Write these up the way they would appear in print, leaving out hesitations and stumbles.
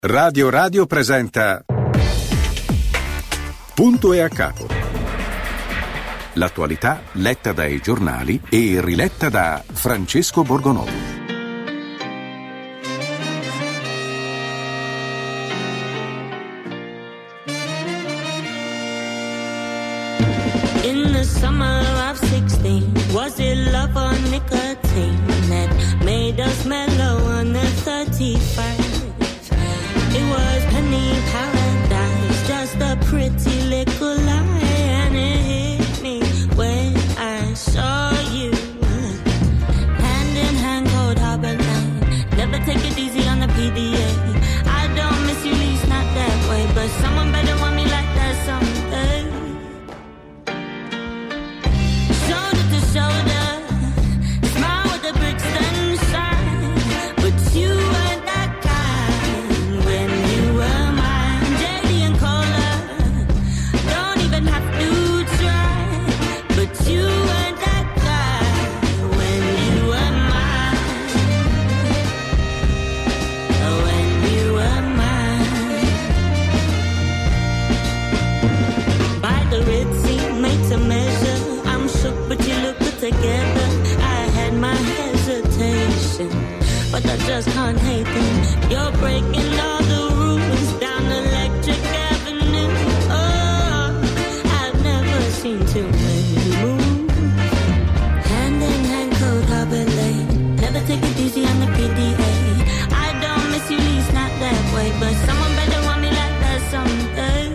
Radio Radio presenta Punto e a capo. L'attualità letta dai giornali e riletta da Francesco Borgonovo. In the summer of 16, was it love or nicotine that made us mellow on the 31st? It was penny paradise, just a pretty little lie, and it hit me when I saw you. Hand in hand, cold harbor line. Never take it easy on the PDA. I don't miss you, least not that way, but someone better want me like that someday. Shoulder to shoulder, smile with the bricks then shine, but you weren't that kind when you were mine. JD and Cola, don't even have to try, but you weren't that guy when you were mine. When you were mine. By the Ritzy, made to measure, I'm shook but you look good together. I had my hesitation, but I just can't hate them. You're breaking all the rules down Electric Avenue. Oh, I've never seen too many move. Hand in hand, cold harbor lane. Never take it easy on the PDA. I don't miss you, least not that way, but someone better want me like that someday.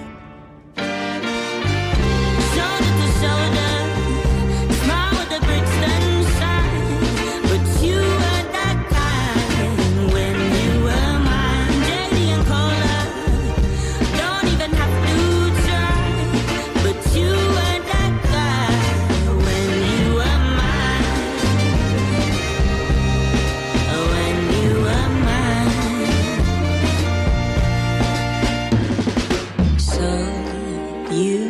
Shoulder to shoulder, smile with the bricks then shine, but you were that kind when you were mine. JD and Cola, don't even have to try, but you were that guy when you were mine. When you were mine. So you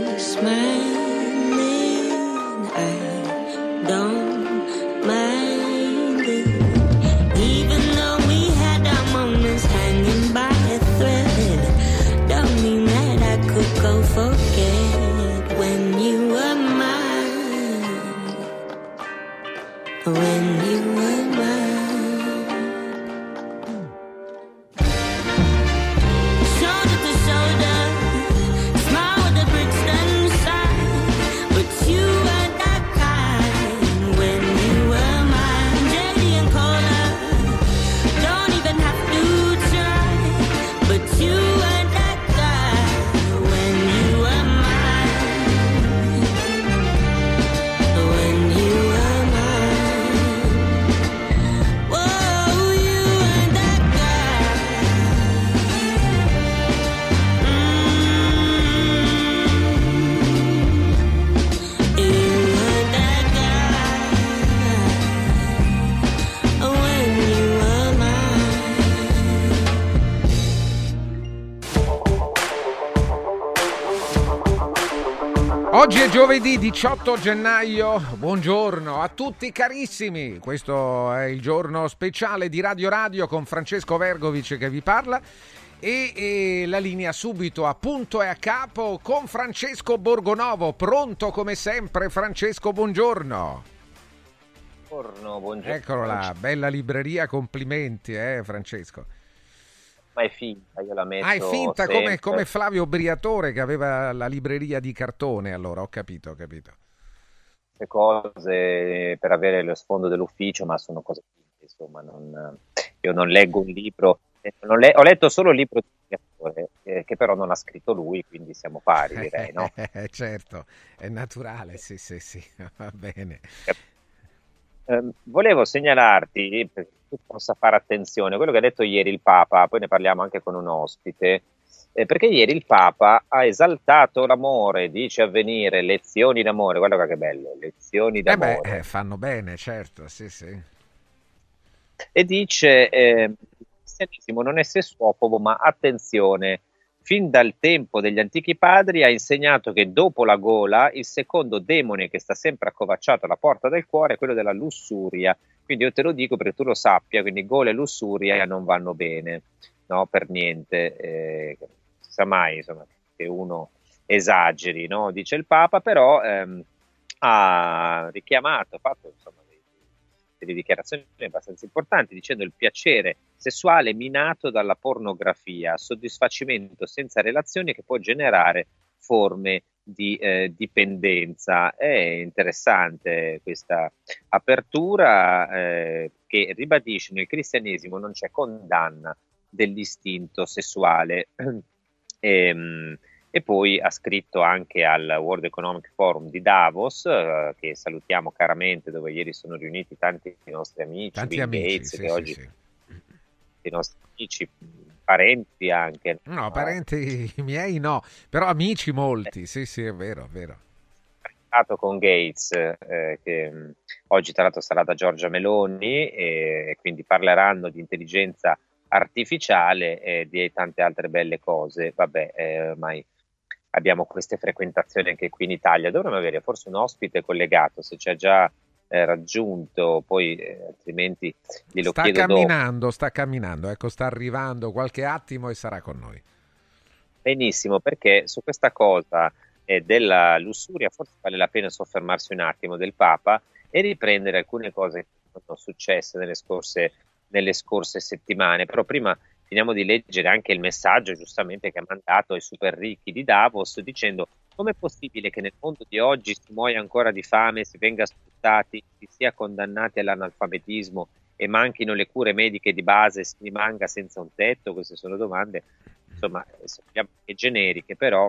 smiling, I don't mind it. Even though we had our moments hanging by a thread, don't mean that I could go forget when you were mine. When you were mine. Shoulder to shoulder, smile with the bricks then shine, but you were that kind when you were mine. JD and Cola, don't even have to try, but you were that guy when you were mine. When you were mine. Whoa, you were that guy. You were that guy when you were mine. Oggi è giovedì 18 gennaio, buongiorno a tutti carissimi, questo è il giorno speciale di Radio Radio con Francesco Vergovic che vi parla e la linea subito a punto e a capo con Francesco Borgonovo, pronto come sempre. Francesco, buongiorno. Buongiorno. Eccolo là, bella libreria, complimenti Francesco. Ma è finta, io la metto. Ah, è finta sempre. come Flavio Briatore che aveva la libreria di cartone, allora ho capito. Queste cose per avere lo sfondo dell'ufficio, ma sono cose finte, insomma, io non leggo un libro, ho letto solo il libro di Briatore, che però non ha scritto lui, quindi siamo pari, direi, no? Certo, è naturale, sì, va bene. Volevo segnalarti, perché tu possa fare attenzione, quello che ha detto ieri il Papa, poi ne parliamo anche con un ospite, perché ieri il Papa ha esaltato l'amore, dice Avvenire, lezioni d'amore, guarda che bello, lezioni d'amore. Fanno bene, certo, sì. E dice, il cristianesimo non è sessuofobo, ma attenzione, fin dal tempo degli antichi padri ha insegnato che dopo la gola il secondo demone che sta sempre accovacciato alla porta del cuore è quello della lussuria. Quindi io te lo dico perché tu lo sappia, quindi gola e lussuria non vanno bene. no, per niente, non si sa mai, insomma, che uno esageri, no? Dice il Papa, però ha richiamato, ha fatto insomma delle dichiarazioni abbastanza importanti, dicendo il piacere sessuale minato dalla pornografia, soddisfacimento senza relazione che può generare forme di dipendenza. È interessante questa apertura che ribadisce nel cristianesimo non c'è condanna dell'istinto sessuale. E poi ha scritto anche al World Economic Forum di Davos, che salutiamo caramente, dove ieri sono riuniti tanti nostri amici, Tanti Bill amici, Gates, sì, che sì, oggi sì. i nostri amici, parenti anche. No, parenti miei no, però amici molti, sì, sì, è vero, è vero. Con Gates, che oggi tra l'altro sarà da Giorgia Meloni, e quindi parleranno di intelligenza artificiale e di tante altre belle cose. Vabbè, ormai abbiamo queste frequentazioni anche qui in Italia. Dovremmo avere forse un ospite collegato, se ci ha già raggiunto, poi altrimenti glielo chiedo dopo. Sta camminando, ecco, sta arrivando qualche attimo e sarà con noi. Benissimo, perché su questa cosa della lussuria forse vale la pena soffermarsi un attimo del Papa e riprendere alcune cose che sono successe nelle scorse settimane. Però prima finiamo di leggere anche il messaggio giustamente che ha mandato ai super ricchi di Davos, dicendo: com'è possibile che nel mondo di oggi si muoia ancora di fame, si venga sfruttati, si sia condannati all'analfabetismo e manchino le cure mediche di base, si rimanga senza un tetto? Queste sono domande, insomma, sappiamo che generiche, però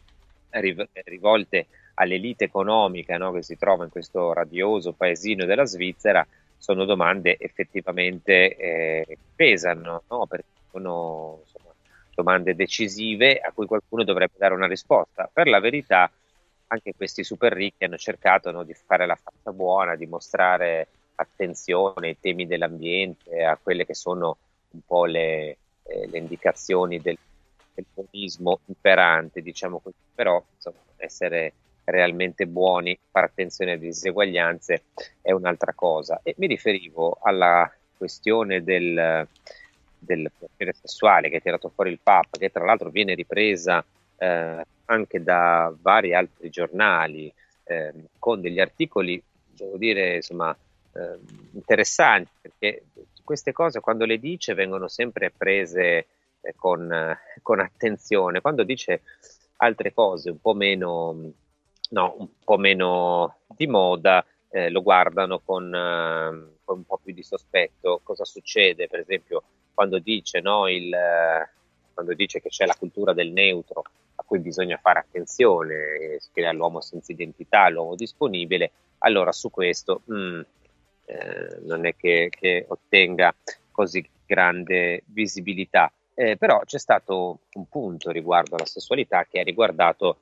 rivolte all'elite economica, no, che si trova in questo radioso paesino della Svizzera. Sono domande effettivamente che pesano, no? Perché sono insomma, domande decisive a cui qualcuno dovrebbe dare una risposta. Per la verità, anche questi super ricchi hanno cercato, no, di fare la faccia buona, di mostrare attenzione ai temi dell'ambiente, a quelle che sono un po' le indicazioni del buonismo imperante, diciamo così. Però insomma, essere realmente buoni, fare attenzione alle diseguaglianze è un'altra cosa. E mi riferivo alla questione del piacere sessuale che ha tirato fuori il Papa, che tra l'altro viene ripresa anche da vari altri giornali, con degli articoli, devo dire, insomma, interessanti, perché queste cose quando le dice vengono sempre prese con attenzione. Quando dice altre cose un po' meno, no, un po' meno di moda, lo guardano con un po' più di sospetto. Cosa succede, per esempio, quando dice, no, quando dice che c'è la cultura del neutro, a cui bisogna fare attenzione, che è l'uomo senza identità, l'uomo disponibile, allora su questo non è che ottenga così grande visibilità. Però c'è stato un punto riguardo alla sessualità che ha riguardato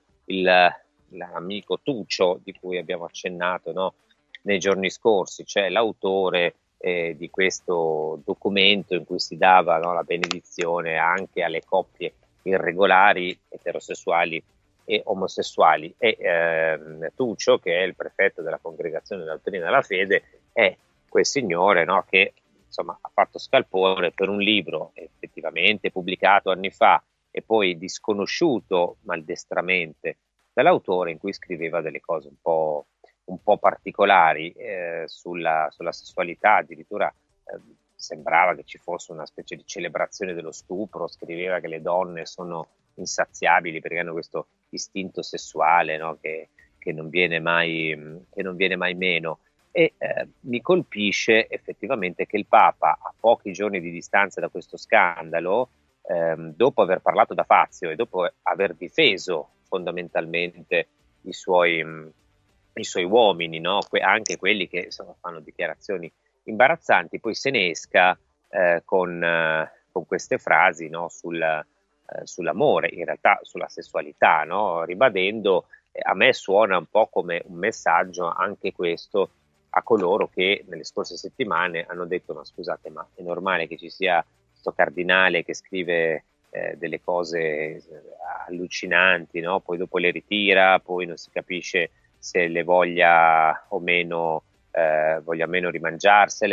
l'amico Tuccio, di cui abbiamo accennato, no, nei giorni scorsi, cioè l'autore di questo documento in cui si dava, no, la benedizione anche alle coppie irregolari, eterosessuali e omosessuali. E Tuccio, che è il prefetto della Congregazione della Dottrina della Fede, è quel signore, no, che insomma ha fatto scalpore per un libro effettivamente pubblicato anni fa e poi disconosciuto maldestramente dall'autore, in cui scriveva delle cose un po' particolari sulla sessualità. Addirittura sembrava che ci fosse una specie di celebrazione dello stupro. Scriveva che le donne sono insaziabili perché hanno questo istinto sessuale, no, che non viene mai meno. E mi colpisce effettivamente che il Papa, a pochi giorni di distanza da questo scandalo, dopo aver parlato da Fazio e dopo aver difeso fondamentalmente i suoi uomini, no? Anche quelli che insomma, fanno dichiarazioni imbarazzanti, poi se ne esca con queste frasi, no? Sull'amore, in realtà sulla sessualità, no? Ribadendo, a me suona un po' come un messaggio anche questo a coloro che nelle scorse settimane hanno detto: ma scusate, ma è normale che ci sia questo cardinale che scrive delle cose allucinanti, no? Poi dopo le ritira, poi non si capisce se le voglia o meno rimangiarsele.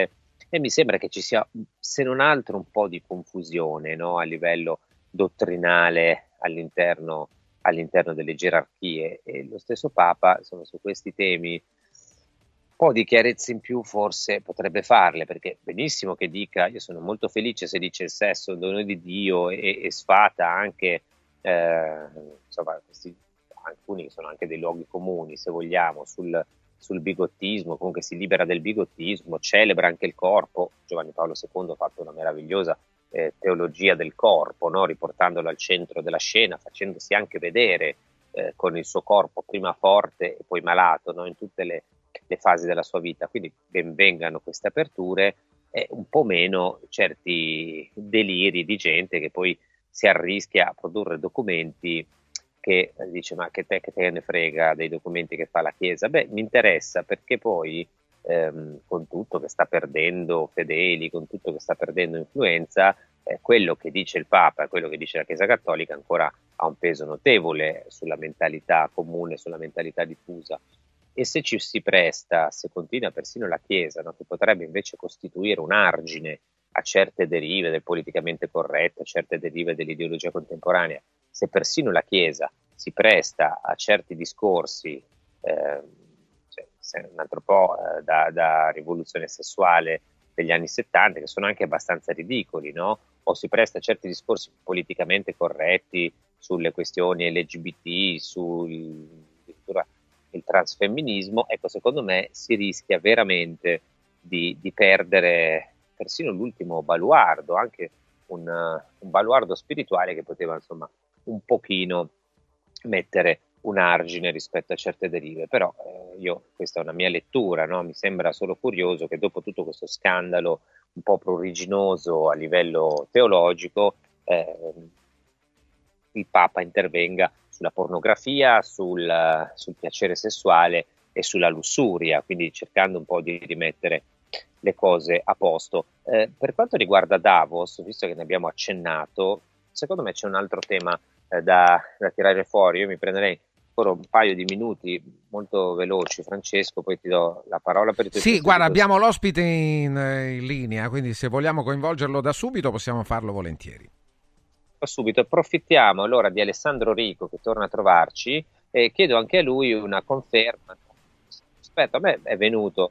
E mi sembra che ci sia, se non altro, un po' di confusione, no? A livello dottrinale all'interno delle gerarchie, e lo stesso Papa, insomma, su questi temi un po' di chiarezza in più forse potrebbe farle, perché benissimo che dica, io sono molto felice se dice il sesso è un dono di Dio, e sfata anche, insomma, alcuni sono anche dei luoghi comuni, se vogliamo, sul bigottismo, comunque si libera del bigottismo, celebra anche il corpo. Giovanni Paolo II ha fatto una meravigliosa teologia del corpo, no? Riportandolo al centro della scena, facendosi anche vedere con il suo corpo prima forte e poi malato, no? In tutte le fasi della sua vita. Quindi ben vengano queste aperture, e un po' meno certi deliri di gente che poi si arrischia a produrre documenti che dice: ma che te ne frega dei documenti che fa la Chiesa? Beh, mi interessa, perché poi con tutto che sta perdendo fedeli, con tutto che sta perdendo influenza, quello che dice il Papa, quello che dice la Chiesa Cattolica ancora ha un peso notevole sulla mentalità comune, sulla mentalità diffusa. E se ci si presta, se continua persino la Chiesa, no, che potrebbe invece costituire un argine a certe derive del politicamente corretto, a certe derive dell'ideologia contemporanea, se persino la Chiesa si presta a certi discorsi, un altro po' da rivoluzione sessuale degli anni 70, che sono anche abbastanza ridicoli, no? O si presta a certi discorsi politicamente corretti sulle questioni LGBT, addirittura il transfemminismo, ecco, secondo me si rischia veramente di perdere persino l'ultimo baluardo, anche un baluardo spirituale che poteva, insomma, un pochino mettere un argine rispetto a certe derive. Però questa è una mia lettura, no? Mi sembra solo curioso che dopo tutto questo scandalo un po' pruriginoso a livello teologico, il Papa intervenga sulla pornografia, sul piacere sessuale e sulla lussuria, quindi cercando un po' di rimettere le cose a posto. Per quanto riguarda Davos, visto che ne abbiamo accennato, secondo me c'è un altro tema da tirare fuori. Io mi prenderei ancora un paio di minuti molto veloci, Francesco, poi ti do la parola per i tuoi Sì, guarda, abbiamo l'ospite in linea, quindi se vogliamo coinvolgerlo da subito possiamo farlo volentieri. Subito approfittiamo allora di Alessandro Rico, che torna a trovarci, e chiedo anche a lui una conferma. Aspetta, a me è venuto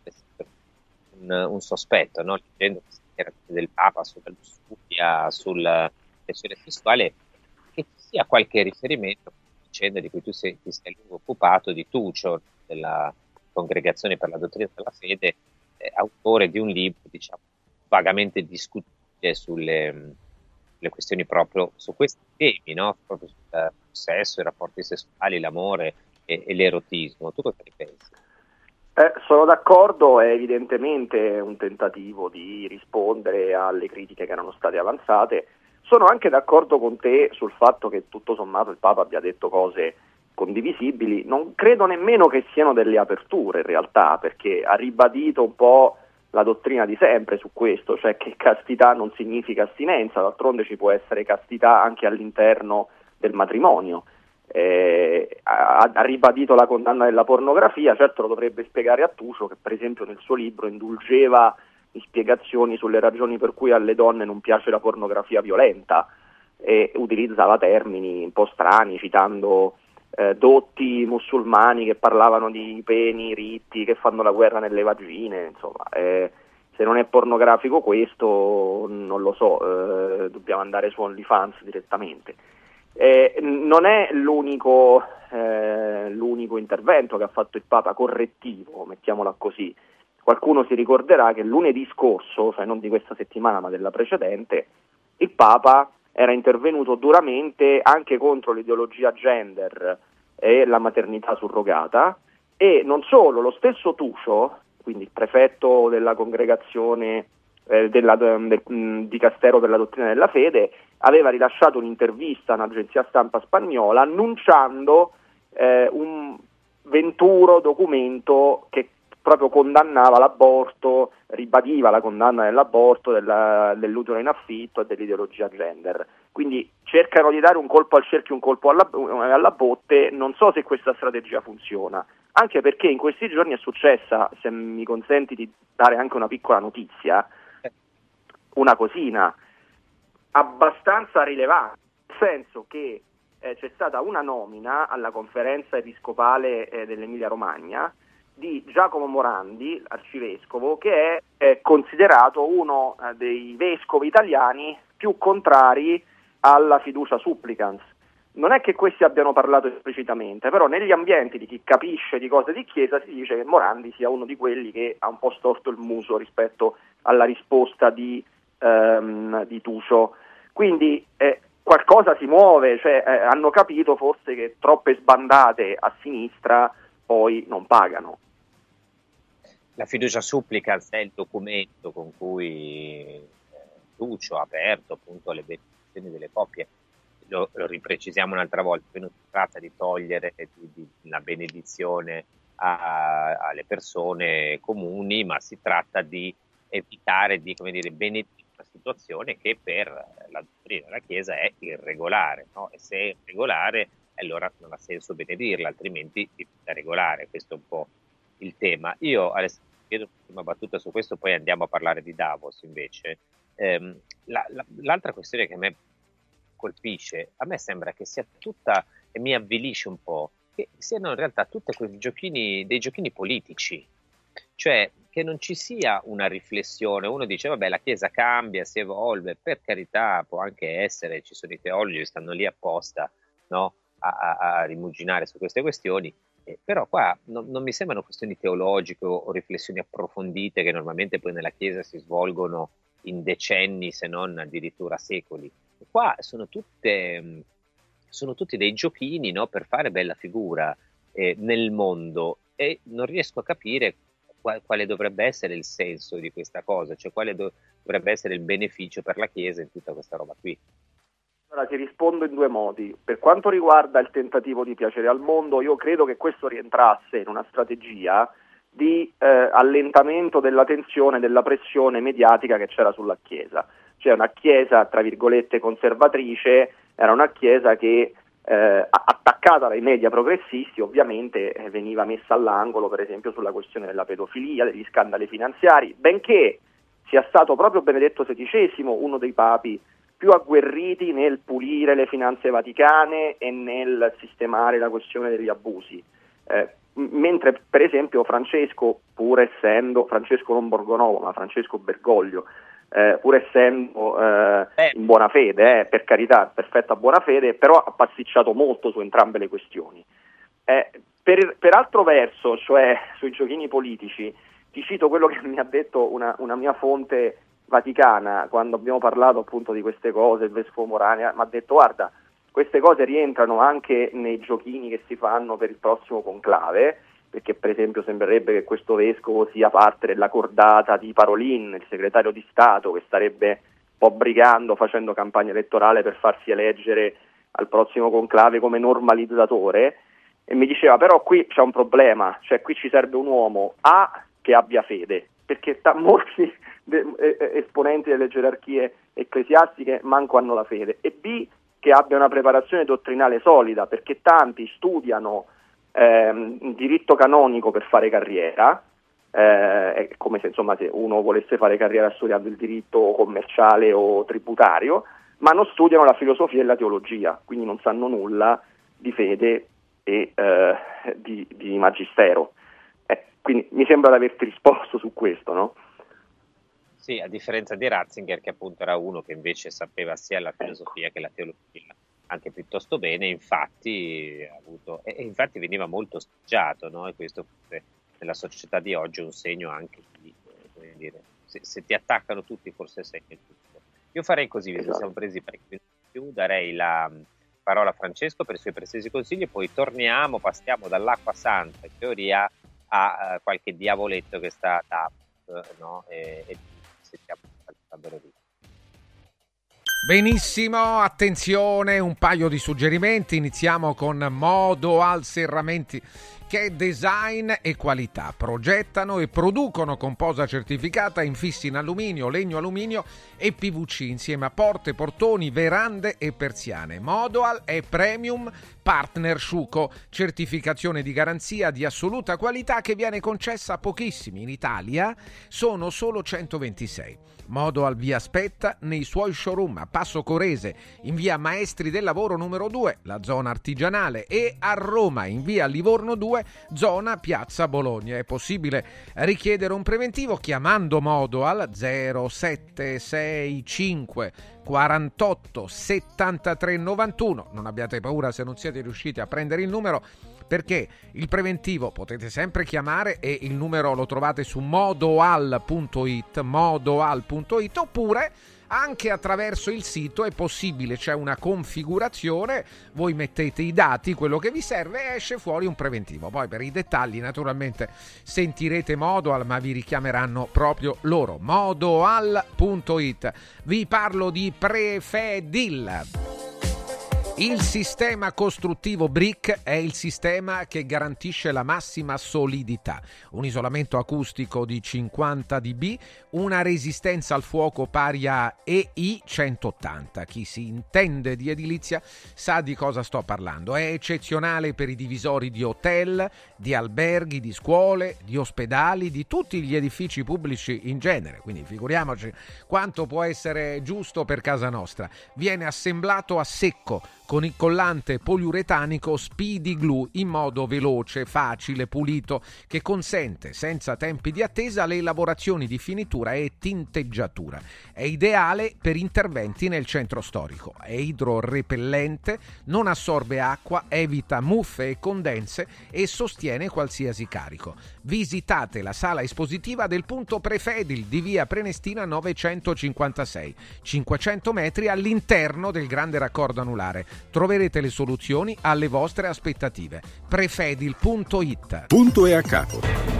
un sospetto, no? Leggendo del Papa sulla lussuria, sul piacere sessuale, che ci sia qualche riferimento alla vicenda di cui tu ti sei lungo occupato, di Tuccio, della Congregazione per la Dottrina della Fede, autore di un libro, diciamo, vagamente discutibile sulle questioni proprio su questi temi, no? Proprio sul sesso, i rapporti sessuali, l'amore e l'erotismo. Tu cosa ne pensi? Sono d'accordo, è evidentemente un tentativo di rispondere alle critiche che erano state avanzate. Sono anche d'accordo con te sul fatto che tutto sommato il Papa abbia detto cose condivisibili. Non credo nemmeno che siano delle aperture in realtà, perché ha ribadito un po' la dottrina di sempre su questo, cioè che castità non significa astinenza, d'altronde ci può essere castità anche all'interno del matrimonio. Ha ribadito la condanna della pornografia. Certo, lo dovrebbe spiegare a Tuccio, che per esempio nel suo libro indulgeva in spiegazioni sulle ragioni per cui alle donne non piace la pornografia violenta, e utilizzava termini un po' strani, citando dotti musulmani che parlavano di peni ritti che fanno la guerra nelle vagine, insomma. Se non è pornografico questo, non lo so, dobbiamo andare su OnlyFans direttamente. Non è l'unico intervento che ha fatto il Papa correttivo, mettiamola così. Qualcuno si ricorderà che lunedì scorso, cioè non di questa settimana ma della precedente, il Papa era intervenuto duramente anche contro l'ideologia gender e la maternità surrogata, e non solo, lo stesso Tuccio, quindi il prefetto della congregazione del Dicastero per la Dottrina della Fede, aveva rilasciato un'intervista a un'agenzia stampa spagnola annunciando un venturo documento che proprio condannava l'aborto, ribadiva la condanna dell'aborto, dell'utero in affitto e dell'ideologia gender. Quindi cercano di dare un colpo al cerchio, un colpo alla botte. Non so se questa strategia funziona, anche perché in questi giorni è successa, se mi consenti di dare anche una piccola notizia, una cosina abbastanza rilevante, nel senso che c'è stata una nomina alla conferenza episcopale dell'Emilia Romagna di Giacomo Morandi, arcivescovo, che è considerato uno dei vescovi italiani più contrari alla fiducia supplicans. Non è che questi abbiano parlato esplicitamente, però negli ambienti di chi capisce di cose di chiesa si dice che Morandi sia uno di quelli che ha un po' storto il muso rispetto alla risposta di Tucio. Quindi qualcosa si muove, cioè hanno capito forse che troppe sbandate a sinistra poi non pagano. La fiducia supplicans è il documento con cui Tucio ha aperto appunto le benedizioni delle coppie. Lo riprecisiamo un'altra volta, qui non si tratta di togliere la benedizione alle persone comuni, ma si tratta di evitare di benedire una situazione che per la dottrina della Chiesa è irregolare, no? E se è irregolare allora non ha senso benedirla, altrimenti diventa regolare. Questo è un po' il tema. Io Alessandro chiedo un'ultima battuta su questo, poi andiamo a parlare di Davos invece. L'altra questione che a me colpisce, a me sembra che sia tutta, e mi avvilisce un po', che siano in realtà tutti quei dei giochini politici, cioè che non ci sia una riflessione. Uno dice vabbè, la Chiesa cambia, si evolve, per carità, può anche essere, ci sono i teologi che stanno lì apposta, no, a rimuginare su queste questioni, però qua non mi sembrano questioni teologiche o riflessioni approfondite che normalmente poi nella Chiesa si svolgono in decenni, se non addirittura secoli. Qua sono tutti dei giochini, no, per fare bella figura nel mondo, e non riesco a capire quale dovrebbe essere il senso di questa cosa, cioè quale dovrebbe essere il beneficio per la Chiesa in tutta questa roba qui. Allora, ti rispondo in due modi. Per quanto riguarda il tentativo di piacere al mondo, io credo che questo rientrasse in una strategia di allentamento della tensione, della pressione mediatica che c'era sulla Chiesa. Cioè una Chiesa, tra virgolette, conservatrice, era una Chiesa che attaccata dai media progressisti ovviamente veniva messa all'angolo, per esempio sulla questione della pedofilia, degli scandali finanziari, benché sia stato proprio Benedetto XVI uno dei papi più agguerriti nel pulire le finanze vaticane e nel sistemare la questione degli abusi. Mentre per esempio Francesco, pur essendo Francesco non Borgonovo, ma Francesco Bergoglio, pur essendo in buona fede, per carità, perfetta buona fede, però ha pasticciato molto su entrambe le questioni. Per altro verso, cioè sui giochini politici, ti cito quello che mi ha detto una mia fonte vaticana quando abbiamo parlato appunto di queste cose. Il vescovo Morani mi ha detto: guarda, queste cose rientrano anche nei giochini che si fanno per il prossimo conclave, perché per esempio sembrerebbe che questo vescovo sia parte della cordata di Parolin, il segretario di Stato, che starebbe un po' brigando, facendo campagna elettorale per farsi eleggere al prossimo conclave come normalizzatore. E mi diceva: però qui c'è un problema, cioè qui ci serve un uomo che abbia fede, perché molti esponenti delle gerarchie ecclesiastiche manco hanno la fede, e B, che abbia una preparazione dottrinale solida, perché tanti studiano diritto canonico per fare carriera, è come se insomma se uno volesse fare carriera studiando il diritto commerciale o tributario, ma non studiano la filosofia e la teologia, quindi non sanno nulla di fede e di magistero. Quindi mi sembra di averti risposto su questo, no? Sì, a differenza di Ratzinger, che appunto era uno che invece sapeva sia la filosofia che la teologia anche piuttosto bene, infatti infatti veniva molto osteggiato, no? E questo nella società di oggi è un segno anche di, come dire, se ti attaccano tutti forse sei il tutto. Io farei così, visto che siamo presi parecchi minuti in più, darei la parola a Francesco per i suoi preziosi consigli e poi torniamo, passiamo dall'acqua santa in teoria a qualche diavoletto che sta a Davos, no? E sentiamo Alessandro Riva. Benissimo, attenzione, un paio di suggerimenti. Iniziamo con Modo al Serramenti, che è design e qualità. Progettano e producono con posa certificata infissi in alluminio, legno alluminio e PVC insieme a porte, portoni, verande e persiane. Modoal è Premium Partner Sciuco, certificazione di garanzia di assoluta qualità che viene concessa a pochissimi. In Italia sono solo 126. Modoal vi aspetta nei suoi showroom a Passo Corese, in via Maestri del Lavoro numero 2, la zona artigianale, e a Roma in via Livorno 2, zona Piazza Bologna. È possibile richiedere un preventivo chiamando Modoal 0765 48 73 91. Non abbiate paura se non siete riusciti a prendere il numero, perché il preventivo potete sempre chiamare e il numero lo trovate su modoal.it, oppure anche attraverso il sito è possibile, c'è una configurazione, voi mettete i dati, quello che vi serve, e esce fuori un preventivo. Poi per i dettagli naturalmente sentirete Modoal, ma vi richiameranno proprio loro. Modoal.it. Vi parlo di Prefedil. Il sistema costruttivo Brick è il sistema che garantisce la massima solidità, un isolamento acustico di 50 dB, una resistenza al fuoco pari a EI 180. Chi si intende di edilizia sa di cosa sto parlando. È eccezionale per i divisori di hotel, di alberghi, di scuole, di ospedali, di tutti gli edifici pubblici in genere, quindi figuriamoci quanto può essere giusto per casa nostra. Viene assemblato a secco con il collante poliuretanico Speedy Glue in modo veloce, facile, pulito, che consente senza tempi di attesa le lavorazioni di finitura e tinteggiatura. È ideale per interventi nel centro storico, è idrorepellente, non assorbe acqua, evita muffe e condense e sostiene qualsiasi carico. Visitate la sala espositiva del punto Prefedil di via Prenestina 956, 500 metri all'interno del grande raccordo anulare. Troverete le soluzioni alle vostre aspettative. Prefedil.it. Punto e a capo.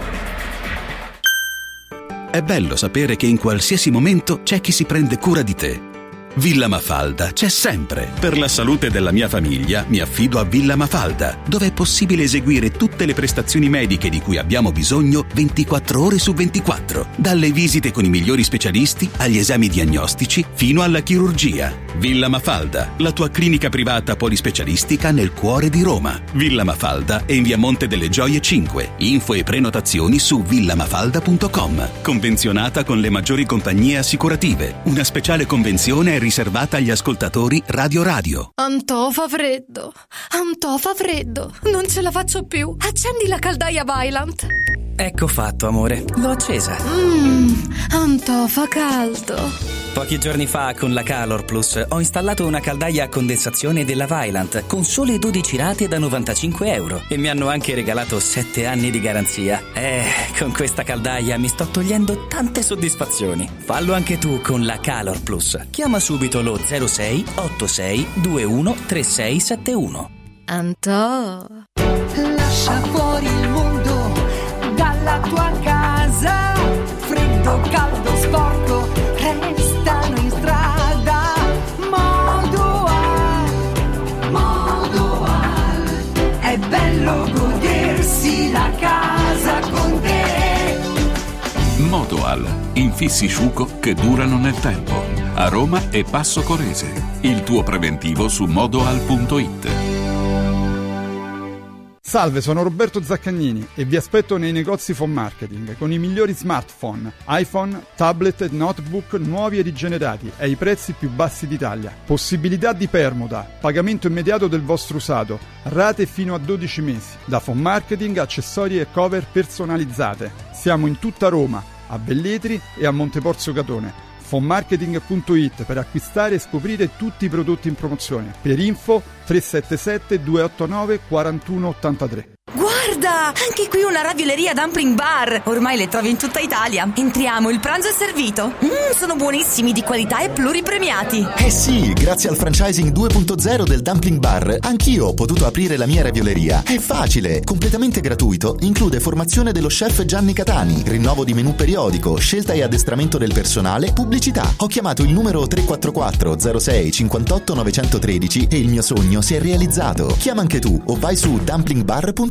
È bello sapere che in qualsiasi momento c'è chi si prende cura di te. Villa Mafalda c'è sempre. Per la salute della mia famiglia mi affido a Villa Mafalda, dove è possibile eseguire tutte le prestazioni mediche di cui abbiamo bisogno 24 ore su 24. Dalle visite con i migliori specialisti agli esami diagnostici fino alla chirurgia. Villa Mafalda, la tua clinica privata polispecialistica nel cuore di Roma. Villa Mafalda è in via Monte delle Gioie 5. Info e prenotazioni su villamafalda.com. Convenzionata con le maggiori compagnie assicurative. Una speciale convenzione è riservata agli ascoltatori Radio. Antò fa freddo, non ce la faccio più. Accendi la caldaia Vaillant. Ecco fatto, amore, l'ho accesa. Antò fa caldo. Pochi giorni fa con la Calor Plus ho installato una caldaia a condensazione della Vaillant con sole 12 rate da €95 e mi hanno anche regalato 7 anni di garanzia. Con questa caldaia mi sto togliendo tante soddisfazioni. Fallo anche tu con la Calor Plus. Chiama subito lo 06 86 21 3671. Antò. Lascia fuori il mondo dalla tua casa. Freddo, caldo, sporco, restano in strada. Modoal, è bello godersi la casa con te. Modoal, infissi Sciuco che durano nel tempo. A Roma e Passo Corese. Il tuo preventivo su modoal.it. Salve, sono Roberto Zaccagnini e vi aspetto nei negozi Phone Marketing con i migliori smartphone, iPhone, tablet e notebook nuovi e rigenerati ai prezzi più bassi d'Italia. Possibilità di permuta, pagamento immediato del vostro usato, rate fino a 12 mesi. Da Phone Marketing, accessori e cover personalizzate. Siamo in tutta Roma, a Velletri e a Monteporzio Catone. Fonmarketing.it per acquistare e scoprire tutti i prodotti in promozione. Per info 377 289 4183. Guarda, anche qui una ravioleria Dumpling Bar. Ormai le trovi in tutta Italia. Entriamo, il pranzo è servito. Sono buonissimi, di qualità e pluripremiati. Eh sì, grazie al franchising 2.0 del Dumpling Bar, anch'io ho potuto aprire la mia ravioleria. È facile, completamente gratuito, include formazione dello chef Gianni Catani, rinnovo di menù periodico, scelta e addestramento del personale, pubblicità. Ho chiamato il numero 344 06 58 913 e il mio sogno si è realizzato. Chiama anche tu o vai su dumplingbar.it.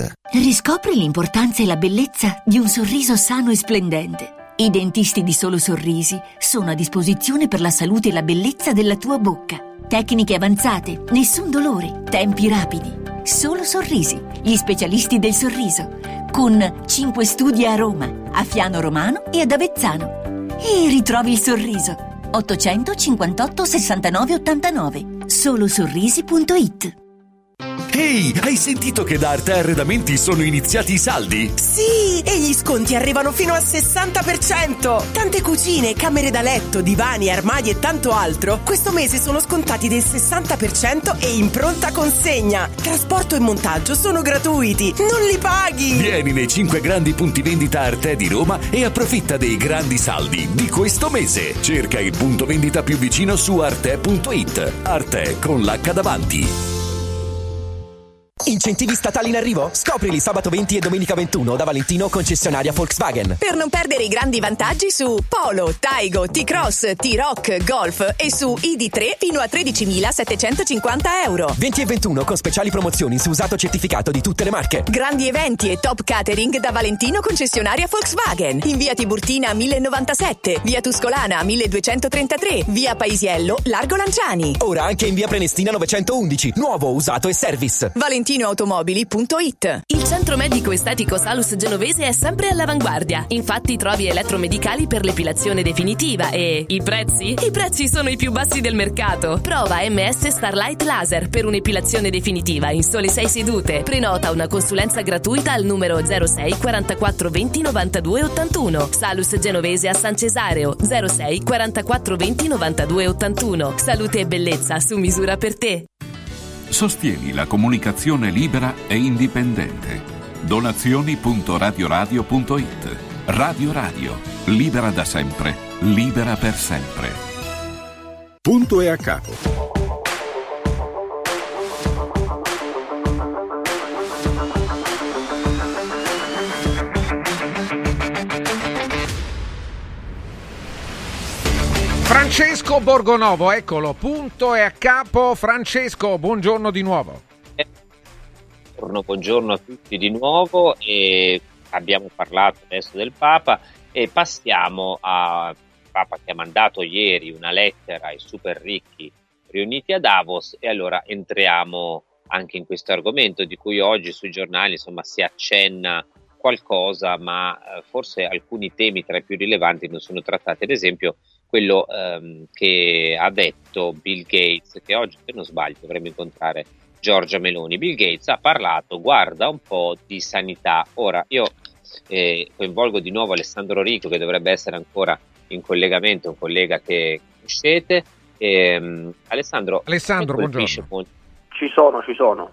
Riscopri l'importanza e la bellezza di un sorriso sano e splendente. I dentisti di Solo Sorrisi sono a disposizione per la salute e la bellezza della tua bocca. Tecniche avanzate, nessun dolore, tempi rapidi. Solo Sorrisi, gli specialisti del sorriso, con 5 studi a Roma, a Fiano Romano e ad Avezzano. E ritrovi il sorriso. 858 69 89. Solosorrisi.it. Ehi, hai sentito che da Arte Arredamenti sono iniziati i saldi? Sì, e gli sconti arrivano fino al 60%. Tante cucine, camere da letto, divani, armadi e tanto altro questo mese sono scontati del 60% e in pronta consegna. Trasporto e montaggio sono gratuiti, non li paghi. Vieni nei 5 grandi punti vendita Arte di Roma e approfitta dei grandi saldi di questo mese. Cerca il punto vendita più vicino su arte.it. Arte con l'H davanti. Incentivi statali in arrivo? Scoprili sabato 20 e domenica 21 da Valentino, concessionaria Volkswagen. Per non perdere i grandi vantaggi su Polo, Taigo, T-Cross, T-Rock, Golf e su ID3 fino a 13.750 euro. 20 e 21 con speciali promozioni su usato certificato di tutte le marche. Grandi eventi e top catering da Valentino, concessionaria Volkswagen. In via Tiburtina 1097, via Tuscolana 1233, via Paisiello, Largo Lanciani. Ora anche in via Prenestina 911, nuovo, usato e service. ValentinoAutomobili.it. Il centro medico estetico Salus Genovese è sempre all'avanguardia. Infatti trovi elettromedicali per l'epilazione definitiva e i prezzi? I prezzi sono i più bassi del mercato. Prova MS Starlight Laser per un'epilazione definitiva in sole 6 sedute. Prenota una consulenza gratuita al numero 06 44 20 92 81. Salus Genovese a San Cesareo 06 44 20 92 81. Salute e bellezza su misura per te. Sostieni la comunicazione libera e indipendente. Donazioni.radioradio.it. Radio Radio, libera da sempre, libera per sempre. Punto e a capo. Francesco Borgonovo, eccolo, punto e a capo. Francesco, buongiorno di nuovo. Buongiorno a tutti di nuovo, e abbiamo parlato adesso del Papa e passiamo al Papa che ha mandato ieri una lettera ai super ricchi riuniti a Davos, e allora entriamo anche in questo argomento di cui oggi sui giornali insomma si accenna qualcosa, ma forse alcuni temi tra i più rilevanti non sono trattati, ad esempio quello che ha detto Bill Gates, che oggi, se non sbaglio, dovremmo incontrare Giorgia Meloni. Bill Gates ha parlato, guarda un po', di sanità. Ora io coinvolgo di nuovo Alessandro Rico, che dovrebbe essere ancora in collegamento, un collega che conoscete. Alessandro, buongiorno. Ci sono.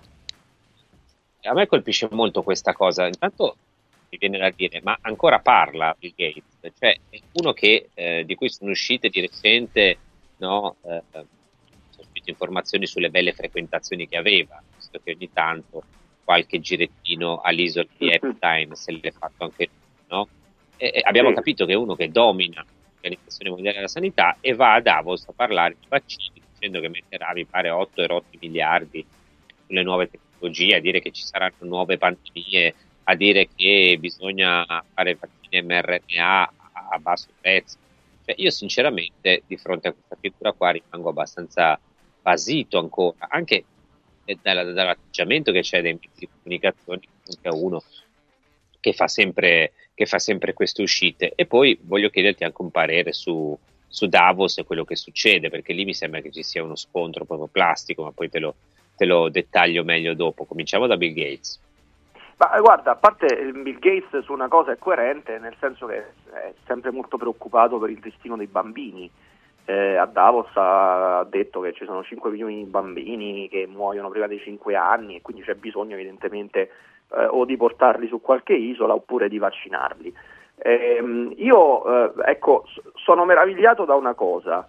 A me colpisce molto questa cosa. Intanto mi viene da dire, ma ancora parla Bill Gates? Cioè, è uno che di cui sono uscite di recente, no, sono uscite informazioni sulle belle frequentazioni che aveva, visto che ogni tanto qualche girettino all'isola di Epstein se l'è fatto anche lui, no? E abbiamo capito che è uno che domina l'Organizzazione Mondiale della Sanità e va a Davos a parlare di vaccini, dicendo che metterà, mi pare, 8 miliardi sulle nuove tecnologie, a dire che ci saranno nuove pandemie, a dire che bisogna fare vaccini mRNA a basso prezzo. Cioè, io sinceramente di fronte a questa figura qua rimango abbastanza basito ancora, anche dall'atteggiamento che c'è dei mezzi di comunicazione, anche a uno che fa sempre queste uscite. E poi voglio chiederti anche un parere su Davos e quello che succede, perché lì mi sembra che ci sia uno scontro proprio plastico, ma poi te lo dettaglio meglio dopo. Cominciamo da Bill Gates. Ma guarda, a parte Bill Gates su una cosa è coerente, nel senso che è sempre molto preoccupato per il destino dei bambini. A Davos ha detto che ci sono 5 milioni di bambini che muoiono prima dei 5 anni e quindi c'è bisogno evidentemente o di portarli su qualche isola oppure di vaccinarli. Io sono meravigliato da una cosa,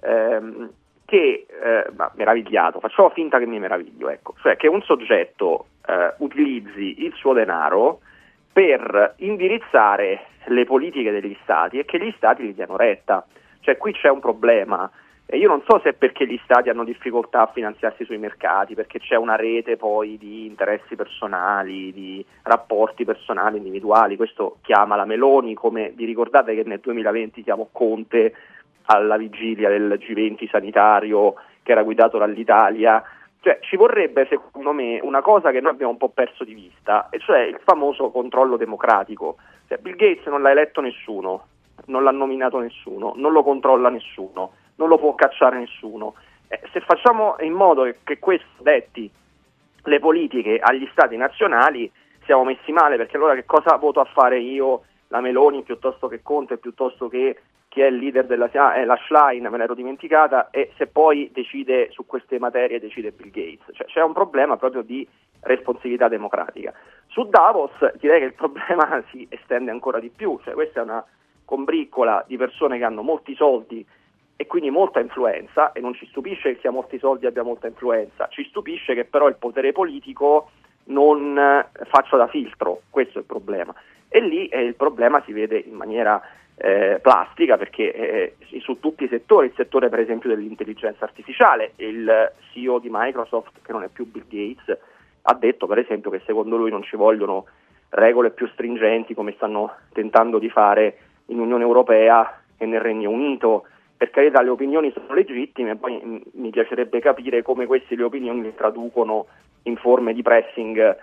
meravigliato, facciamo finta che mi meraviglio, cioè che un soggetto utilizzi il suo denaro per indirizzare le politiche degli stati e che gli stati gli diano retta. Cioè qui c'è un problema E io non so se è perché gli stati hanno difficoltà a finanziarsi sui mercati, perché c'è una rete poi di interessi personali, di rapporti personali individuali. Questo chiama la Meloni, come vi ricordate che nel 2020 chiamò Conte alla vigilia del G20 sanitario che era guidato dall'Italia. Cioè ci vorrebbe, secondo me, una cosa che noi abbiamo un po' perso di vista, e cioè il famoso controllo democratico. Cioè, Bill Gates non l'ha eletto nessuno, non l'ha nominato nessuno, non lo controlla nessuno, non lo può cacciare nessuno. Se facciamo in modo che questo detti le politiche agli stati nazionali, siamo messi male, perché allora che cosa voto a fare io, la Meloni, piuttosto che Conte, piuttosto che chi è il leader della la Schlein, me l'ero dimenticata, e se poi decide su queste materie decide Bill Gates. Cioè, c'è un problema proprio di responsabilità democratica. Su Davos direi che il problema si estende ancora di più, cioè questa è una combriccola di persone che hanno molti soldi e quindi molta influenza, e non ci stupisce che sia molti soldi e abbia molta influenza, ci stupisce che però il potere politico non faccia da filtro, questo è il problema. E lì il problema si vede in maniera plastica, perché su tutti i settori, il settore per esempio dell'intelligenza artificiale, il CEO di Microsoft, che non è più Bill Gates, ha detto per esempio che secondo lui non ci vogliono regole più stringenti come stanno tentando di fare in Unione Europea e nel Regno Unito. Per carità, le opinioni sono legittime, poi mi piacerebbe capire come queste le opinioni le traducono in forme di pressing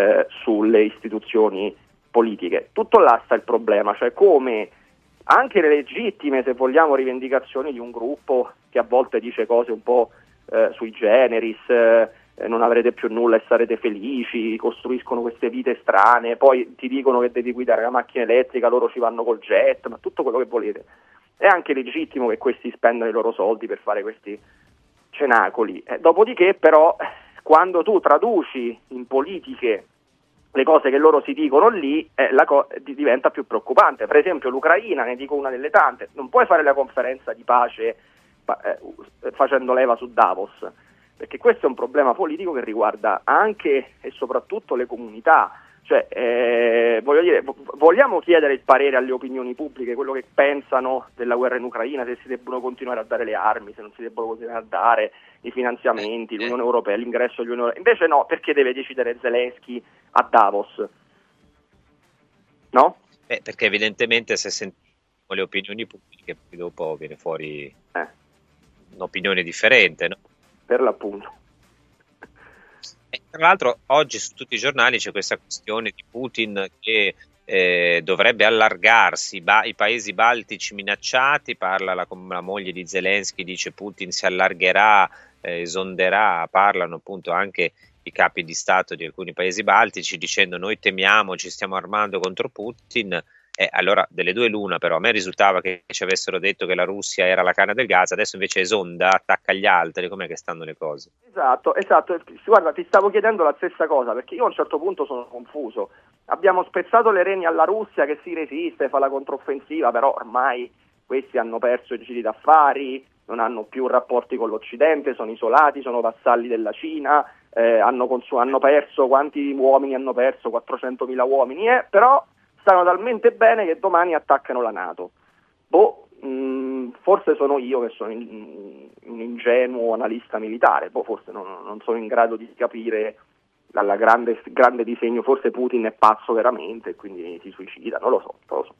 sulle istituzioni politiche. Tutto là sta il problema, cioè come anche le legittime, se vogliamo, rivendicazioni di un gruppo che a volte dice cose un po' sui generis, non avrete più nulla e sarete felici, costruiscono queste vite strane, poi ti dicono che devi guidare la macchina elettrica, loro ci vanno col jet, ma tutto quello che volete. È anche legittimo che questi spendano i loro soldi per fare questi cenacoli. Dopodiché però, quando tu traduci in politiche le cose che loro si dicono lì, diventa più preoccupante. Per esempio l'Ucraina, ne dico una delle tante, non puoi fare la conferenza di pace facendo leva su Davos, perché questo è un problema politico che riguarda anche e soprattutto le comunità. Cioè, voglio dire, vogliamo chiedere il parere alle opinioni pubbliche, quello che pensano della guerra in Ucraina, se si debbono continuare a dare le armi, se non si debbono continuare a dare i finanziamenti, l'Unione Europea, l'ingresso all'Unione Europea. Invece no, perché deve decidere Zelensky a Davos? No? Perché evidentemente se sentiamo le opinioni pubbliche, poi dopo viene fuori un'opinione differente, no? Per l'appunto. Tra l'altro oggi su tutti i giornali c'è questa questione di Putin che dovrebbe allargarsi, i paesi baltici minacciati, parla la moglie di Zelensky, dice Putin si allargherà, esonderà, parlano appunto anche i capi di Stato di alcuni paesi baltici dicendo noi temiamo, ci stiamo armando contro Putin. Allora delle due l'una, però a me risultava che ci avessero detto che la Russia era la canna del gas, adesso invece esonda, attacca gli altri. Com'è che stanno le cose? Esatto, guarda, ti stavo chiedendo la stessa cosa, perché io a un certo punto sono confuso. Abbiamo spezzato le reni alla Russia che si resiste, fa la controffensiva, però ormai questi hanno perso i giri d'affari, non hanno più rapporti con l'Occidente, sono isolati, sono vassalli della Cina, hanno perso, quanti uomini hanno perso? 400.000 uomini, però stanno talmente bene che domani attaccano la NATO. Forse sono io che sono un ingenuo analista militare, forse non sono in grado di capire dal grande disegno, forse Putin è pazzo veramente e quindi si suicida, non lo so.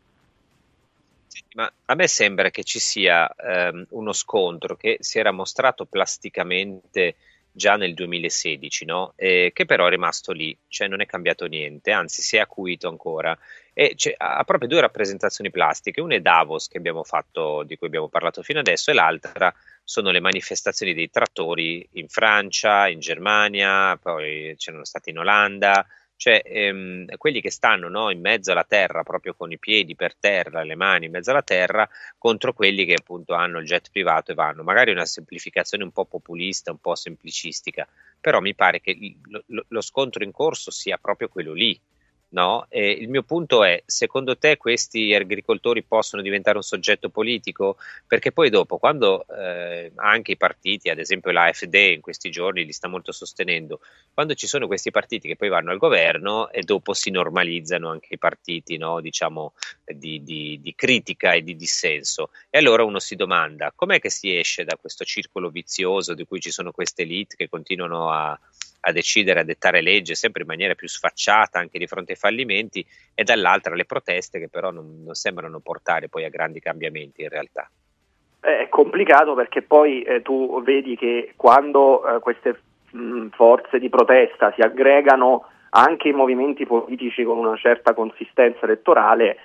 Ma a me sembra che ci sia uno scontro che si era mostrato plasticamente già nel 2016, no? Che però è rimasto lì, cioè non è cambiato niente, anzi si è acuito ancora, e ha proprio due rappresentazioni plastiche. Una è Davos, che abbiamo fatto, di cui abbiamo parlato fino adesso, e l'altra sono le manifestazioni dei trattori in Francia, in Germania, poi c'erano stati in Olanda, cioè quelli che stanno, no, in mezzo alla terra, proprio con i piedi per terra, le mani in mezzo alla terra, contro quelli che appunto hanno il jet privato e vanno. Magari una semplificazione un po' populista, un po' semplicistica, però mi pare che lo scontro in corso sia proprio quello lì, no? E il mio punto è, secondo te questi agricoltori possono diventare un soggetto politico? Perché poi dopo, quando anche i partiti, ad esempio l'AfD in questi giorni li sta molto sostenendo, quando ci sono questi partiti che poi vanno al governo e dopo si normalizzano anche i partiti, no? Diciamo di critica e di dissenso, e allora uno si domanda com'è che si esce da questo circolo vizioso di cui ci sono queste elite che continuano a decidere, a dettare legge sempre in maniera più sfacciata anche di fronte ai fallimenti, e dall'altra le proteste che però non sembrano portare poi a grandi cambiamenti in realtà. È complicato perché poi tu vedi che quando queste forze di protesta si aggregano anche in movimenti politici con una certa consistenza elettorale,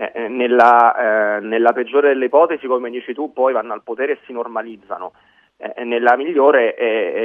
nella peggiore delle ipotesi, come dici tu, poi vanno al potere e si normalizzano. Nella migliore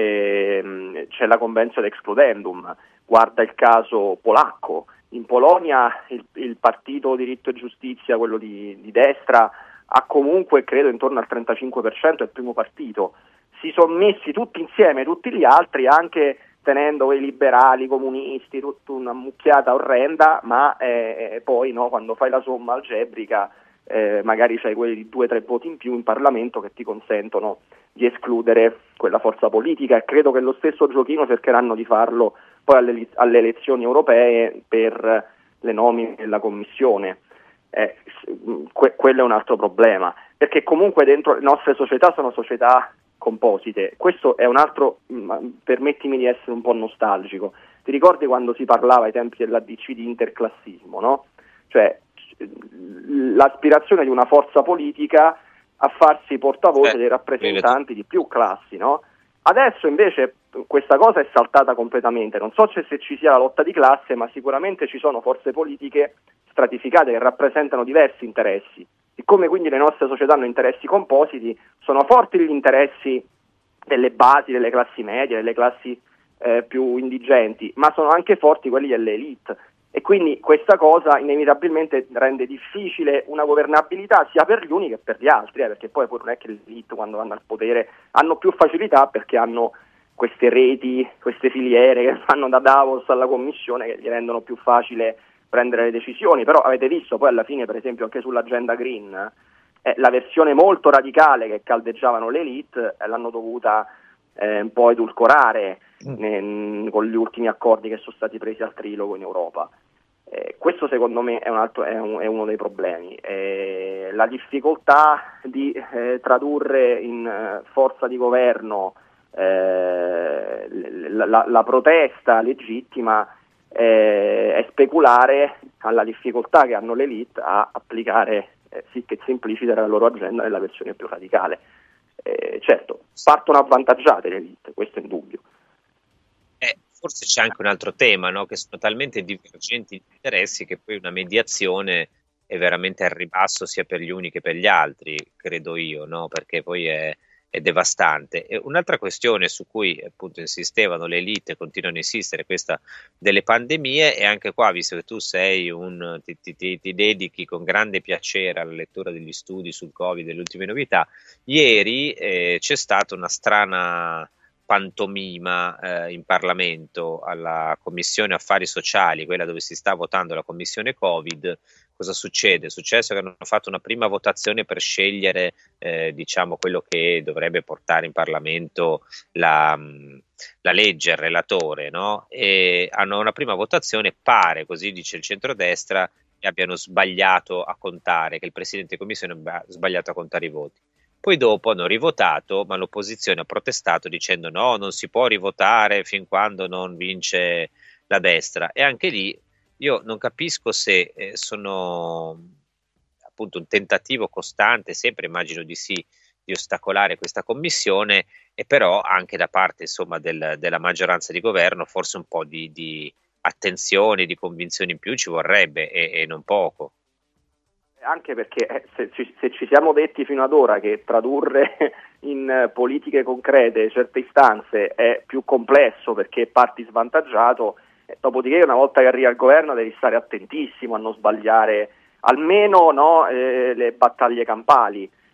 c'è la convenzio d'excludendum, guarda il caso polacco. In Polonia il partito Diritto e Giustizia, quello di destra, ha comunque credo intorno al 35%, è il primo partito. Si sono messi tutti insieme, tutti gli altri, anche tenendo quei liberali, comunisti, tutta una mucchiata orrenda, ma poi no, quando fai la somma algebrica magari c'hai quelli di 2-3 voti in più in Parlamento che ti consentono di escludere quella forza politica, e credo che lo stesso giochino cercheranno di farlo poi alle elezioni europee per le nomine della Commissione. Quello è un altro problema, perché comunque dentro le nostre società sono società composite. Questo è un altro, permettimi di essere un po' nostalgico. Ti ricordi quando si parlava ai tempi dell'ADC di interclassismo, no? Cioè l'aspirazione di una forza politica a farsi portavoce dei rappresentanti di più classi, no? Adesso invece questa cosa è saltata completamente. Non so se ci sia la lotta di classe, ma sicuramente ci sono forze politiche stratificate che rappresentano diversi interessi. Siccome quindi le nostre società hanno interessi compositi, sono forti gli interessi delle basi, delle classi medie, delle classi più indigenti, ma sono anche forti quelli delle elite. E quindi questa cosa inevitabilmente rende difficile una governabilità sia per gli uni che per gli altri, perché poi non è che le elite quando vanno al potere hanno più facilità perché hanno queste reti, queste filiere che vanno da Davos alla Commissione, che gli rendono più facile prendere le decisioni. Però avete visto poi alla fine, per esempio anche sull'agenda green, la versione molto radicale che caldeggiavano le elite l'hanno dovuta un po' edulcorare con gli ultimi accordi che sono stati presi al trilogo in Europa. Questo secondo me è uno dei problemi. La difficoltà di tradurre in forza di governo la protesta legittima è speculare alla difficoltà che hanno le elite a applicare sic et simpliciter la loro agenda nella versione più radicale. Certo, partono avvantaggiate le elite, questo è indubbio. Forse c'è anche un altro tema, no? Che sono talmente divergenti gli interessi che poi una mediazione è veramente al ribasso sia per gli uni che per gli altri, credo io, no? Perché poi è devastante. E un'altra questione su cui appunto insistevano le elite, continuano a insistere, questa delle pandemie, e anche qua, visto che tu sei ti dedichi con grande piacere alla lettura degli studi sul Covid e delle ultime novità, ieri c'è stata una strana pantomima in Parlamento alla Commissione Affari Sociali, quella dove si sta votando la Commissione Covid. Cosa succede? È successo che hanno fatto una prima votazione per scegliere diciamo quello che dovrebbe portare in Parlamento la legge, il relatore, no? E hanno una prima votazione, pare, così dice il centrodestra, che abbiano sbagliato a contare, che il Presidente di Commissione abbia sbagliato a contare i voti. Poi dopo hanno rivotato, ma l'opposizione ha protestato dicendo no, non si può rivotare fin quando non vince la destra. E anche lì io non capisco se sono appunto un tentativo costante, sempre immagino di sì, di ostacolare questa commissione, e però anche da parte insomma della maggioranza di governo forse un po' di attenzione, di convinzione in più ci vorrebbe, e non poco. Anche perché se ci siamo detti fino ad ora che tradurre in politiche concrete certe istanze è più complesso perché parti svantaggiato, dopodiché una volta che arrivi al governo devi stare attentissimo a non sbagliare almeno le battaglie campali,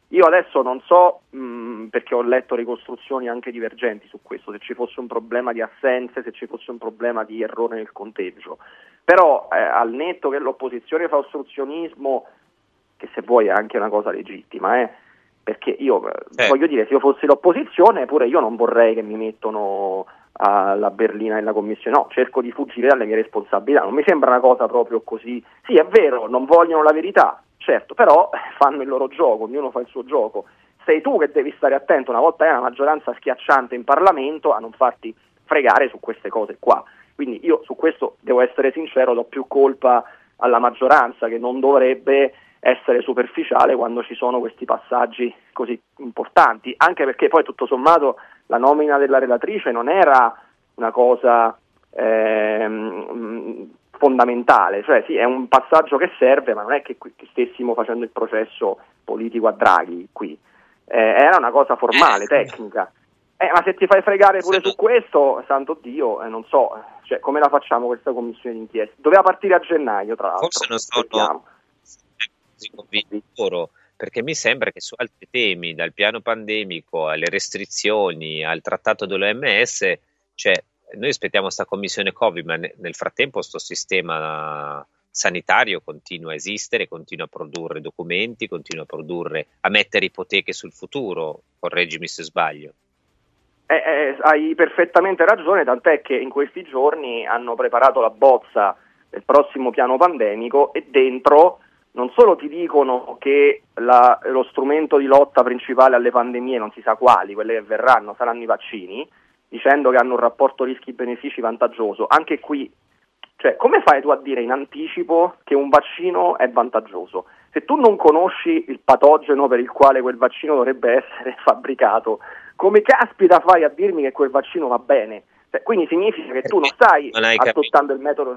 Io adesso non so, perché ho letto ricostruzioni anche divergenti su questo, se ci fosse un problema di assenze, se ci fosse un problema di errore nel conteggio, però al netto che l'opposizione fa ostruzionismo, che se vuoi è anche una cosa legittima, perché io voglio dire, se io fossi l'opposizione pure io non vorrei che mi mettono alla berlina nella commissione, no, cerco di fuggire dalle mie responsabilità, non mi sembra una cosa proprio così. Sì, è vero, non vogliono la verità, certo, però fanno il loro gioco, ognuno fa il suo gioco. Sei tu che devi stare attento, una volta hai una maggioranza schiacciante in Parlamento, a non farti fregare su queste cose qua. Quindi io su questo devo essere sincero, do più colpa alla maggioranza, che non dovrebbe essere superficiale quando ci sono questi passaggi così importanti, anche perché poi tutto sommato la nomina della relatrice non era una cosa fondamentale, cioè sì, è un passaggio che serve, ma non è che stessimo facendo il processo politico a Draghi qui, era una cosa formale, tecnica. Ma se ti fai fregare pure su questo, santo Dio, non so, cioè, come la facciamo questa commissione d'inchiesta? Doveva partire a gennaio, tra l'altro. Forse non sono così convinto loro, perché mi sembra che su altri temi, dal piano pandemico alle restrizioni, al trattato dell'OMS, cioè noi aspettiamo sta commissione Covid, ma nel frattempo sto sistema sanitario continua a esistere, continua a produrre documenti, continua a mettere ipoteche sul futuro, correggimi se sbaglio. Hai perfettamente ragione, tant'è che in questi giorni hanno preparato la bozza del prossimo piano pandemico e dentro non solo ti dicono che lo strumento di lotta principale alle pandemie, non si sa quali, quelle che verranno, saranno i vaccini, dicendo che hanno un rapporto rischi-benefici vantaggioso. Anche qui, cioè, come fai tu a dire in anticipo che un vaccino è vantaggioso? Se tu non conosci il patogeno per il quale quel vaccino dovrebbe essere fabbricato, come caspita fai a dirmi che quel vaccino va bene? Cioè, quindi significa che tu non stai adottando il metodo...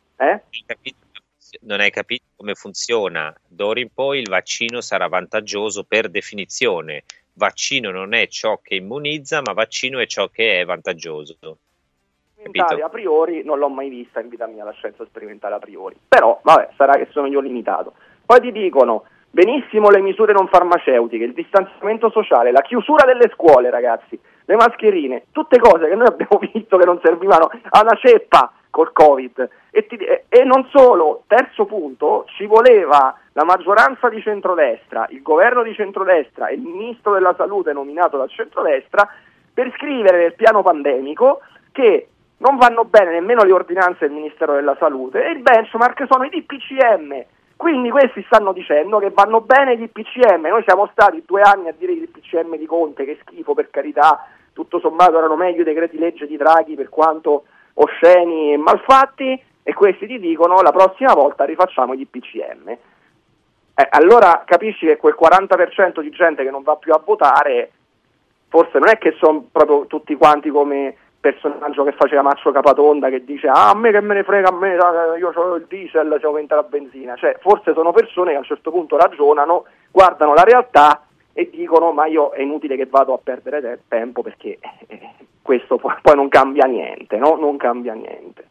Non hai capito come funziona. D'ora in poi il vaccino sarà vantaggioso per definizione. Vaccino non è ciò che immunizza, ma vaccino è ciò che è vantaggioso. Sperimentale a priori non l'ho mai vista in vita mia, la scienza sperimentale a priori. Però, vabbè, sarà che sono io limitato. Poi ti dicono, benissimo le misure non farmaceutiche, il distanziamento sociale, la chiusura delle scuole, ragazzi, le mascherine, tutte cose che noi abbiamo visto che non servivano a una ceppa col Covid. E non solo, terzo punto, ci voleva la maggioranza di centrodestra, il governo di centrodestra e il ministro della salute nominato dal centrodestra per scrivere nel piano pandemico che non vanno bene nemmeno le ordinanze del Ministero della Salute e il benchmark sono i DPCM. Quindi questi stanno dicendo che vanno bene i DPCM. Noi siamo stati 2 anni a dire i DPCM di Conte, che schifo, per carità, tutto sommato erano meglio i decreti legge di Draghi per quanto osceni e malfatti, e questi ti dicono la prossima volta rifacciamo i DPCM. Allora capisci che quel 40% di gente che non va più a votare forse non è che sono proprio tutti quanti come personaggio che faceva Maccio Capatonda, che dice a me che me ne frega, a me io ho il diesel se aumenta la benzina. Cioè forse sono persone che a un certo punto ragionano, guardano la realtà e dicono ma io è inutile che vado a perdere tempo perché questo poi non cambia niente, no? Non cambia niente.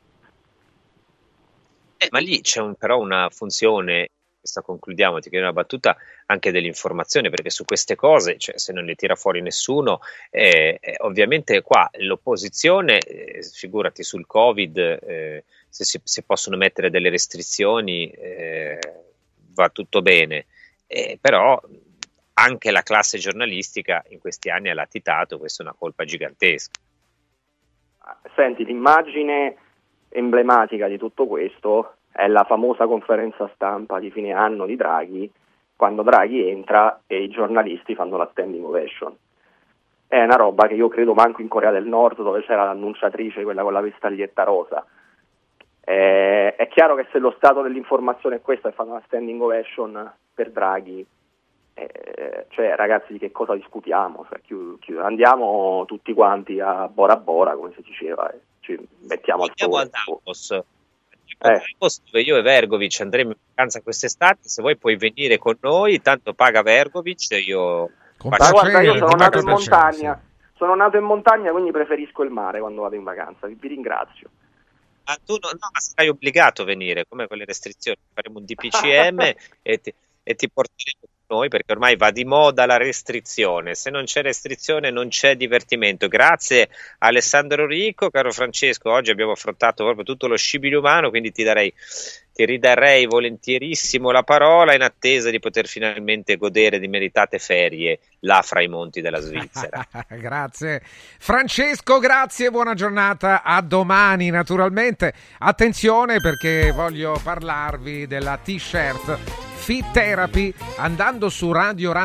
Ma lì c'è però una funzione, questa concludiamo, ti chiedo una battuta, anche dell'informazione, perché su queste cose, cioè, se non ne tira fuori nessuno, ovviamente qua l'opposizione, figurati sul Covid, se possono mettere delle restrizioni va tutto bene, però anche la classe giornalistica in questi anni ha latitato, questa è una colpa gigantesca. Senti, l'immagine emblematica di tutto questo è la famosa conferenza stampa di fine anno di Draghi, quando Draghi entra e i giornalisti fanno la standing ovation. È una roba che io credo manco in Corea del Nord, dove c'era l'annunciatrice, quella con la vestaglietta rosa. È chiaro che se lo stato dell'informazione è questo e fanno una standing ovation per Draghi, cioè ragazzi, di che cosa discutiamo? Cioè, andiamo tutti quanti a Bora Bora, come si diceva, ci mettiamo al Davos, dove io e Vergovic andremo in vacanza quest'estate. Se vuoi puoi venire con noi, tanto paga Vergovic e io guarda, io sono nato in montagna, sono nato in montagna, quindi preferisco il mare quando vado in vacanza, vi ringrazio. Ma tu ma sarai obbligato a venire, come con le restrizioni, faremo un DPCM e ti porteremo con noi, perché ormai va di moda la restrizione. Se non c'è restrizione non c'è divertimento. Grazie a Alessandro Rico. Caro Francesco, oggi abbiamo affrontato proprio tutto lo scibile umano, quindi ti ridarei volentierissimo la parola in attesa di poter finalmente godere di meritate ferie là fra i monti della Svizzera. Grazie Francesco, grazie, buona giornata, a domani naturalmente. Attenzione, perché voglio parlarvi della t-shirt Fit Therapy. Andando su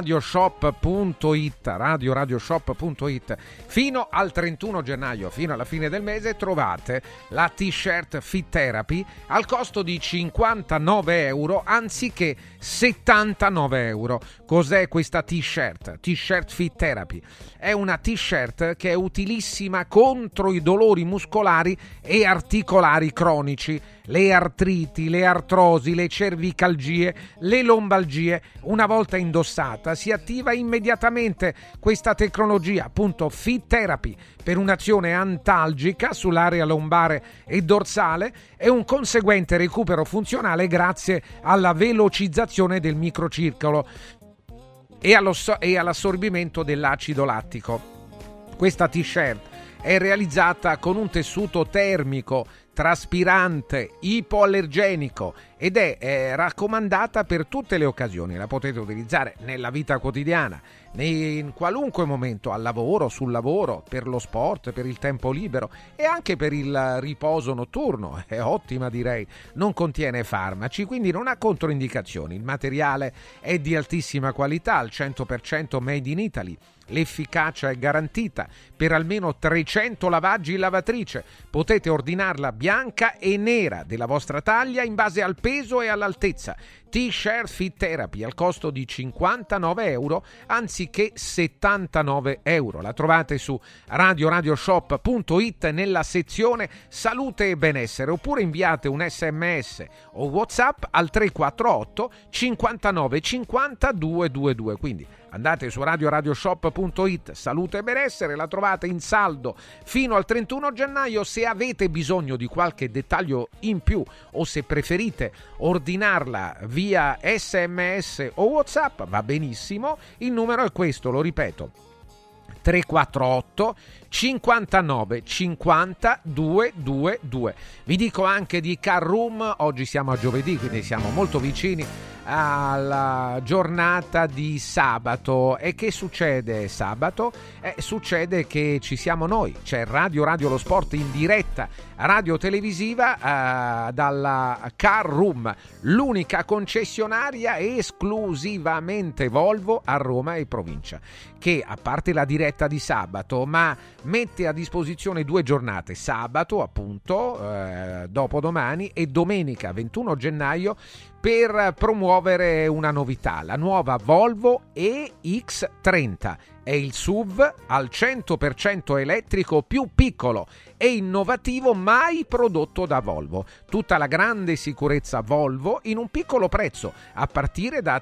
radioradioshop.it fino al 31 gennaio, fino alla fine del mese, trovate la t-shirt Fit Therapy al costo di 59 euro anziché 79 euro. Cos'è questa t-shirt? T-shirt Fit Therapy è una t-shirt che è utilissima contro i dolori muscolari e articolari cronici, le artriti, le artrosi, le cervicalgie, le lombalgie. Una volta indossata si attiva immediatamente questa tecnologia, appunto Fit Therapy, per un'azione antalgica sull'area lombare e dorsale e un conseguente recupero funzionale grazie alla velocizzazione del microcircolo e all'assorbimento dell'acido lattico. Questa t-shirt è realizzata con un tessuto termico, traspirante, ipoallergenico ed è raccomandata per tutte le occasioni. La potete utilizzare nella vita quotidiana, in qualunque momento, al lavoro, sul lavoro, per lo sport, per il tempo libero e anche per il riposo notturno. È ottima, direi. Non contiene farmaci, quindi non ha controindicazioni. Il materiale è di altissima qualità, al 100% made in Italy. L'efficacia è garantita per almeno 300 lavaggi in lavatrice. Potete ordinarla bianca e nera della vostra taglia in base al peso e all'altezza. T-shirt Fit Therapy al costo di 59 euro anziché 79 euro. La trovate su radioradioshop.it nella sezione salute e benessere, oppure inviate un SMS o WhatsApp al 348 59 50 222. Quindi andate su radioradioshop.it, salute e benessere, la trovate in saldo fino al 31 gennaio. Se avete bisogno di qualche dettaglio in più o se preferite ordinarla via SMS o WhatsApp, va benissimo. Il numero è questo, lo ripeto: 348 59 50 222. Vi dico anche di Carroom. Oggi siamo a giovedì, quindi siamo molto vicini alla giornata di sabato. E che succede sabato? Succede che ci siamo noi, c'è Radio lo Sport in diretta radio televisiva dalla Carroom, l'unica concessionaria esclusivamente Volvo a Roma e provincia, che a parte la diretta di sabato, ma mette a disposizione 2 giornate, sabato appunto dopodomani e domenica 21 gennaio, per promuovere una novità, la nuova Volvo EX30. È il SUV al 100% elettrico più piccolo e innovativo mai prodotto da Volvo. Tutta la grande sicurezza Volvo in un piccolo prezzo, a partire da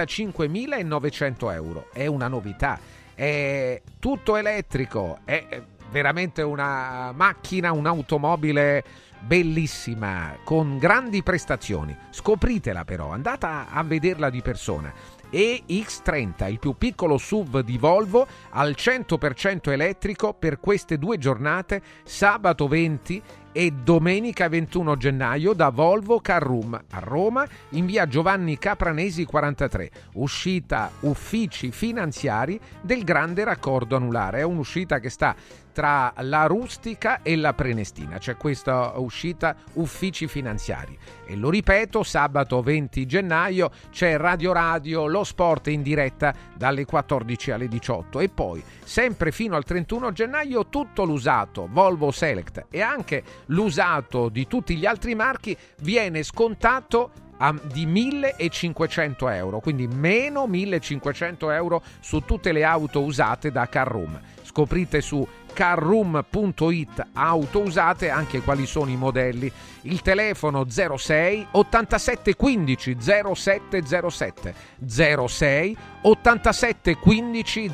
35.900 euro. È una novità, è tutto elettrico, è veramente una macchina, un'automobile bellissima, con grandi prestazioni. Scopritela però, andate a vederla di persona. EX30, il più piccolo SUV di Volvo al 100% elettrico, per queste 2 giornate, sabato 20 e domenica 21 gennaio, da Volvo Carroom a Roma, in via Giovanni Capranesi 43, uscita uffici finanziari del grande raccordo anulare. È un'uscita che sta tra la Rustica e la Prenestina, c'è questa uscita uffici finanziari. E lo ripeto, sabato 20 gennaio c'è Radio lo Sport in diretta dalle 14 alle 18, e poi sempre fino al 31 gennaio tutto l'usato Volvo Select e anche l'usato di tutti gli altri marchi viene scontato di 1.500 euro, quindi meno 1.500 euro su tutte le auto usate da Carroom. Scoprite su carroom.it auto usate anche quali sono i modelli. Il telefono 06 87 15 0707 06 87 15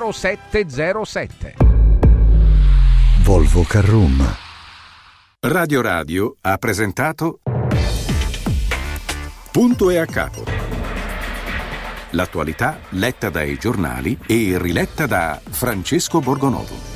0707. Volvo Carroom. Radio ha presentato Punto e a capo. L'attualità letta dai giornali e riletta da Francesco Borgonovo.